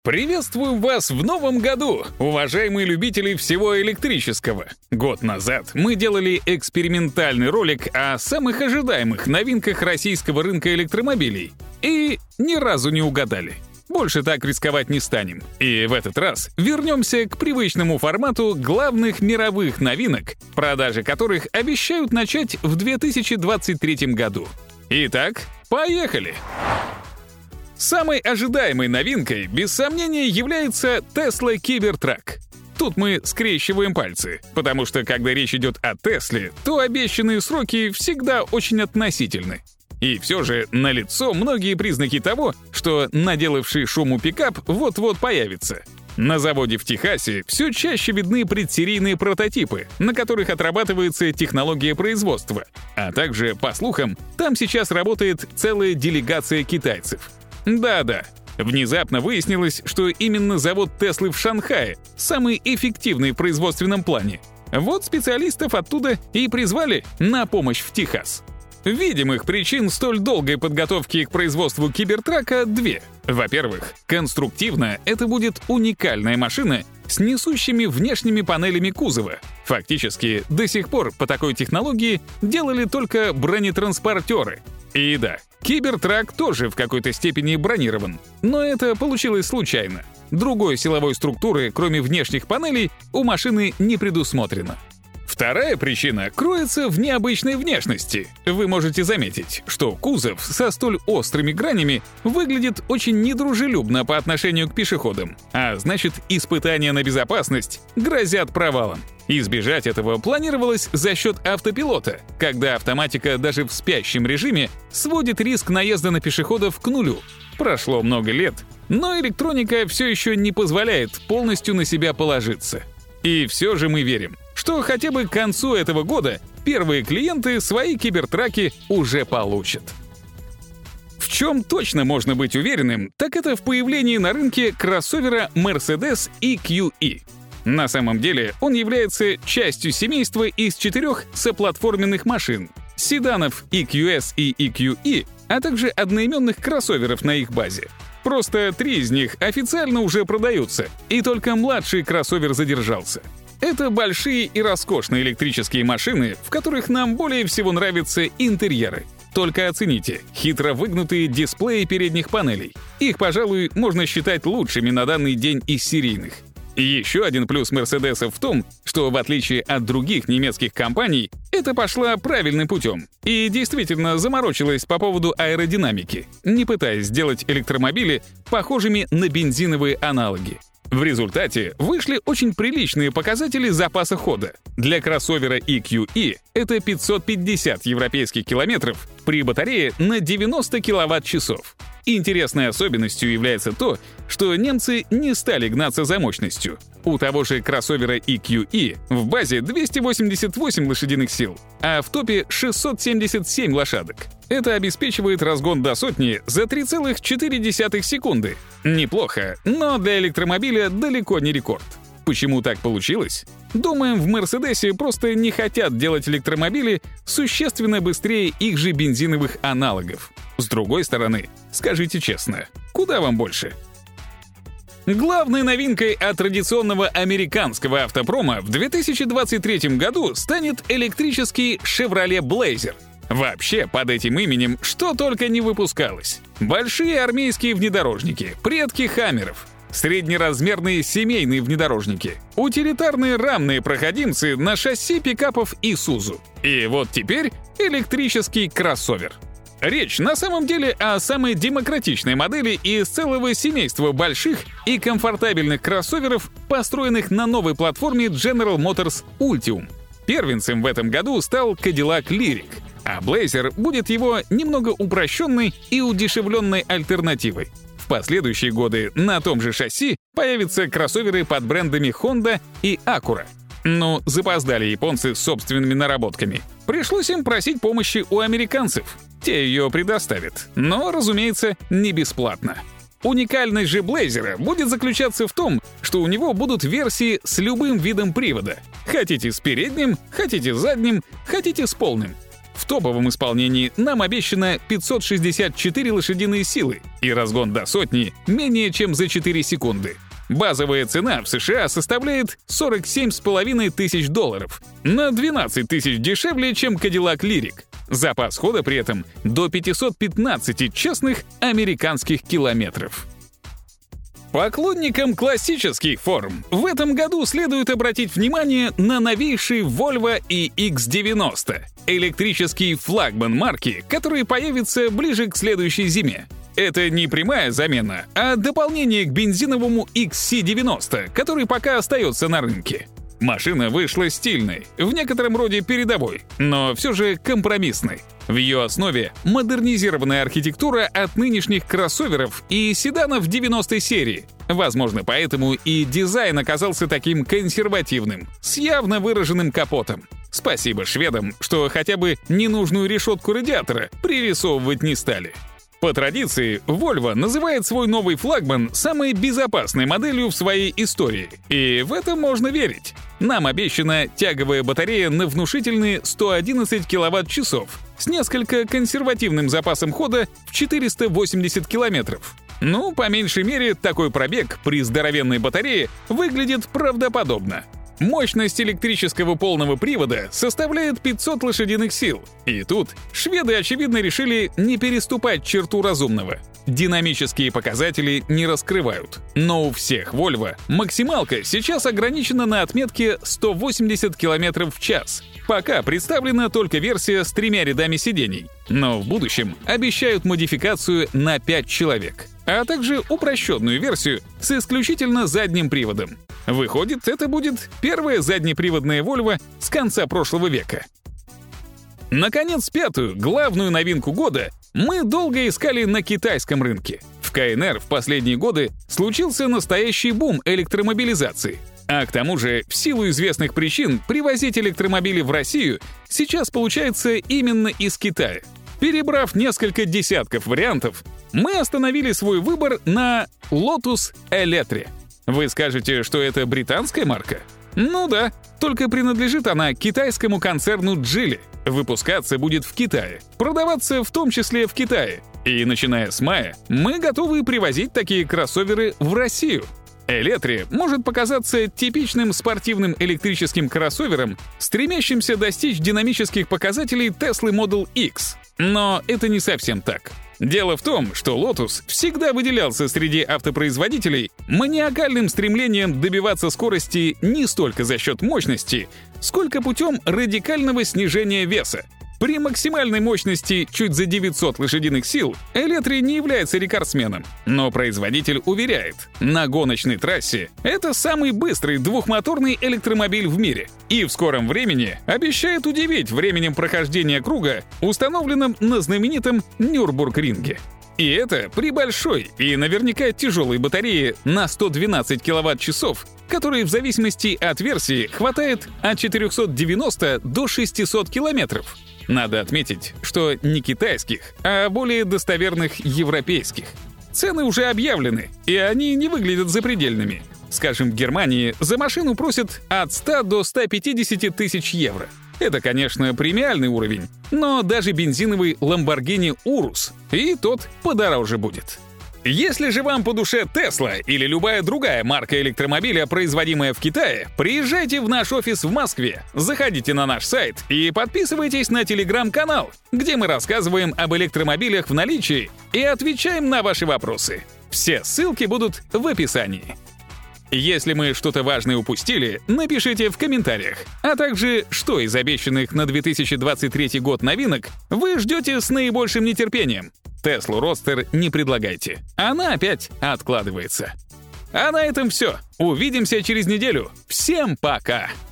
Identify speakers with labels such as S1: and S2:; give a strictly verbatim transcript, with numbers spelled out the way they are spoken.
S1: Приветствую вас в новом году, уважаемые любители всего электрического. Год назад мы делали экспериментальный ролик о самых ожидаемых новинках российского рынка электромобилей. И ни разу не угадали. Больше так рисковать не станем. И в этот раз вернемся к привычному формату главных мировых новинок, продажи которых обещают начать в две тысячи двадцать третьем году. Итак, поехали! Самой ожидаемой новинкой, без сомнения, является Tesla Cybertruck. Тут мы скрещиваем пальцы, потому что, когда речь идет о Тесле, то обещанные сроки всегда очень относительны. И все же налицо многие признаки того, что наделавший шуму пикап вот-вот появится. На заводе в Техасе все чаще видны предсерийные прототипы, на которых отрабатывается технология производства. А также, по слухам, там сейчас работает целая делегация китайцев. Да-да, внезапно выяснилось, что именно завод Теслы в Шанхае самый эффективный в производственном плане. Вот специалистов оттуда и призвали на помощь в Техас. Видимых причин столь долгой подготовки к производству Кибертрака две. Во-первых, конструктивно это будет уникальная машина с несущими внешними панелями кузова. Фактически, до сих пор по такой технологии делали только бронетранспортеры. И да, Кибертрак тоже в какой-то степени бронирован, но это получилось случайно. Другой силовой структуры, кроме внешних панелей, у машины не предусмотрено. Вторая причина кроется в необычной внешности. Вы можете заметить, что кузов со столь острыми гранями выглядит очень недружелюбно по отношению к пешеходам, а значит, испытания на безопасность грозят провалом. Избежать этого планировалось за счет автопилота, когда автоматика даже в спящем режиме сводит риск наезда на пешеходов к нулю. Прошло много лет, но электроника все еще не позволяет полностью на себя положиться. И все же мы верим, что хотя бы к концу этого года первые клиенты свои кибертраки уже получат. В чем точно можно быть уверенным, так это в появлении на рынке кроссовера Mercedes и кью и. На самом деле он является частью семейства из четырех соплатформенных машин, седанов и кью эс и и кью и, а также одноименных кроссоверов на их базе. Просто три из них официально уже продаются, и только младший кроссовер задержался. Это большие и роскошные электрические машины, в которых нам более всего нравятся интерьеры. Только оцените хитро выгнутые дисплеи передних панелей. Их, пожалуй, можно считать лучшими на данный день из серийных. И еще один плюс Мерседесов в том, что в отличие от других немецких компаний, это пошла правильным путем и действительно заморочилась по поводу аэродинамики, не пытаясь сделать электромобили похожими на бензиновые аналоги. В результате вышли очень приличные показатели запаса хода. Для кроссовера и кью и это пятьсот пятьдесят европейских километров при батарее на девяносто киловатт-часов. Интересной особенностью является то, что немцы не стали гнаться за мощностью. У того же кроссовера и кью и в базе двести восемьдесят восемь лошадиных сил, а в топе шестьсот семьдесят семь лошадок. Это обеспечивает разгон до сотни за три целых четыре десятых секунды. Неплохо, но для электромобиля далеко не рекорд. Почему так получилось? Думаем, в Мерседесе просто не хотят делать электромобили существенно быстрее их же бензиновых аналогов. С другой стороны, скажите честно, куда вам больше? Главной новинкой от традиционного американского автопрома в две тысячи двадцать третьем году станет электрический Chevrolet Blazer. Вообще, под этим именем что только не выпускалось. Большие армейские внедорожники, предки хаммеров, среднеразмерные семейные внедорожники, утилитарные рамные проходимцы на шасси пикапов Isuzu. И вот теперь электрический кроссовер. Речь на самом деле о самой демократичной модели из целого семейства больших и комфортабельных кроссоверов, построенных на новой платформе General Motors Ultium. Первенцем в этом году стал Cadillac Lyriq, а Blazer будет его немного упрощенной и удешевленной альтернативой. В последующие годы на том же шасси появятся кроссоверы под брендами Honda и Acura. Но запоздали японцы с собственными наработками. Пришлось им просить помощи у американцев. Те ее предоставят, но, разумеется, не бесплатно. Уникальность же Блейзера будет заключаться в том, что у него будут версии с любым видом привода. Хотите с передним, хотите с задним, хотите с полным. В топовом исполнении нам обещано пятьсот шестьдесят четыре лошадиные силы и разгон до сотни менее чем за четыре секунды. Базовая цена в США составляет сорок семь с половиной тысяч долларов, на двенадцать тысяч дешевле, чем Cadillac Lyriq. Запас хода при этом до пятисот пятнадцати честных американских километров. Поклонникам классических форм в этом году следует обратить внимание на новейший Volvo и икс девяносто, электрический флагман марки, который появится ближе к следующей зиме. Это не прямая замена, а дополнение к бензиновому икс си девяносто, который пока остается на рынке. Машина вышла стильной, в некотором роде передовой, но все же компромиссной. В ее основе модернизированная архитектура от нынешних кроссоверов и седанов девяностой серии. Возможно, поэтому и дизайн оказался таким консервативным, с явно выраженным капотом. Спасибо шведам, что хотя бы ненужную решетку радиатора пририсовывать не стали. По традиции, Volvo называет свой новый флагман самой безопасной моделью в своей истории. И в это можно верить. Нам обещана тяговая батарея на внушительные сто одиннадцать киловатт-часов с несколько консервативным запасом хода в четыреста восемьдесят километров. Ну, по меньшей мере, такой пробег при здоровенной батарее выглядит правдоподобно. Мощность электрического полного привода составляет пятьсот лошадиных сил. И тут шведы, очевидно, решили не переступать черту разумного. Динамические показатели не раскрывают. Но у всех Volvo максималка сейчас ограничена на отметке сто восемьдесят километров в час. Пока представлена только версия с тремя рядами сидений. Но в будущем обещают модификацию на пять человек. А также упрощенную версию с исключительно задним приводом. Выходит, это будет первая заднеприводная Volvo с конца прошлого века. Наконец, пятую, главную новинку года мы долго искали на китайском рынке. В ка эн эр в последние годы случился настоящий бум электромобилизации. А к тому же, в силу известных причин, привозить электромобили в Россию сейчас получается именно из Китая. Перебрав несколько десятков вариантов, мы остановили свой выбор на Lotus Eletre. Вы скажете, что это британская марка? Ну да, только принадлежит она китайскому концерну Geely. Выпускаться будет в Китае, продаваться в том числе в Китае. И начиная с мая мы готовы привозить такие кроссоверы в Россию. Eletre может показаться типичным спортивным электрическим кроссовером, стремящимся достичь динамических показателей Tesla Model X. Но это не совсем так. Дело в том, что Lotus всегда выделялся среди автопроизводителей маниакальным стремлением добиваться скорости не столько за счет мощности, сколько путем радикального снижения веса. При максимальной мощности чуть за девятьсот лошадиных сил Eletre не является рекордсменом, но производитель уверяет, на гоночной трассе это самый быстрый двухмоторный электромобиль в мире и в скором времени обещает удивить временем прохождения круга, установленным на знаменитом Нюрбургринге. И это при большой и наверняка тяжелой батарее на сто двенадцать киловатт-часов, которой в зависимости от версии хватает от четырехсот девяноста до шестисот километров. Надо отметить, что не китайских, а более достоверных европейских. Цены уже объявлены, и они не выглядят запредельными. Скажем, в Германии за машину просят от ста до ста пятидесяти тысяч евро. Это, конечно, премиальный уровень, но даже бензиновый Lamborghini Urus и тот подороже будет. Если же вам по душе Tesla или любая другая марка электромобиля, производимая в Китае, приезжайте в наш офис в Москве, заходите на наш сайт и подписывайтесь на телеграм-канал, где мы рассказываем об электромобилях в наличии и отвечаем на ваши вопросы. Все ссылки будут в описании. Если мы что-то важное упустили, напишите в комментариях. А также, что из обещанных на две тысячи двадцать третий год новинок вы ждете с наибольшим нетерпением. Теслу Родстер не предлагайте. Она опять откладывается. А на этом все. Увидимся через неделю. Всем пока!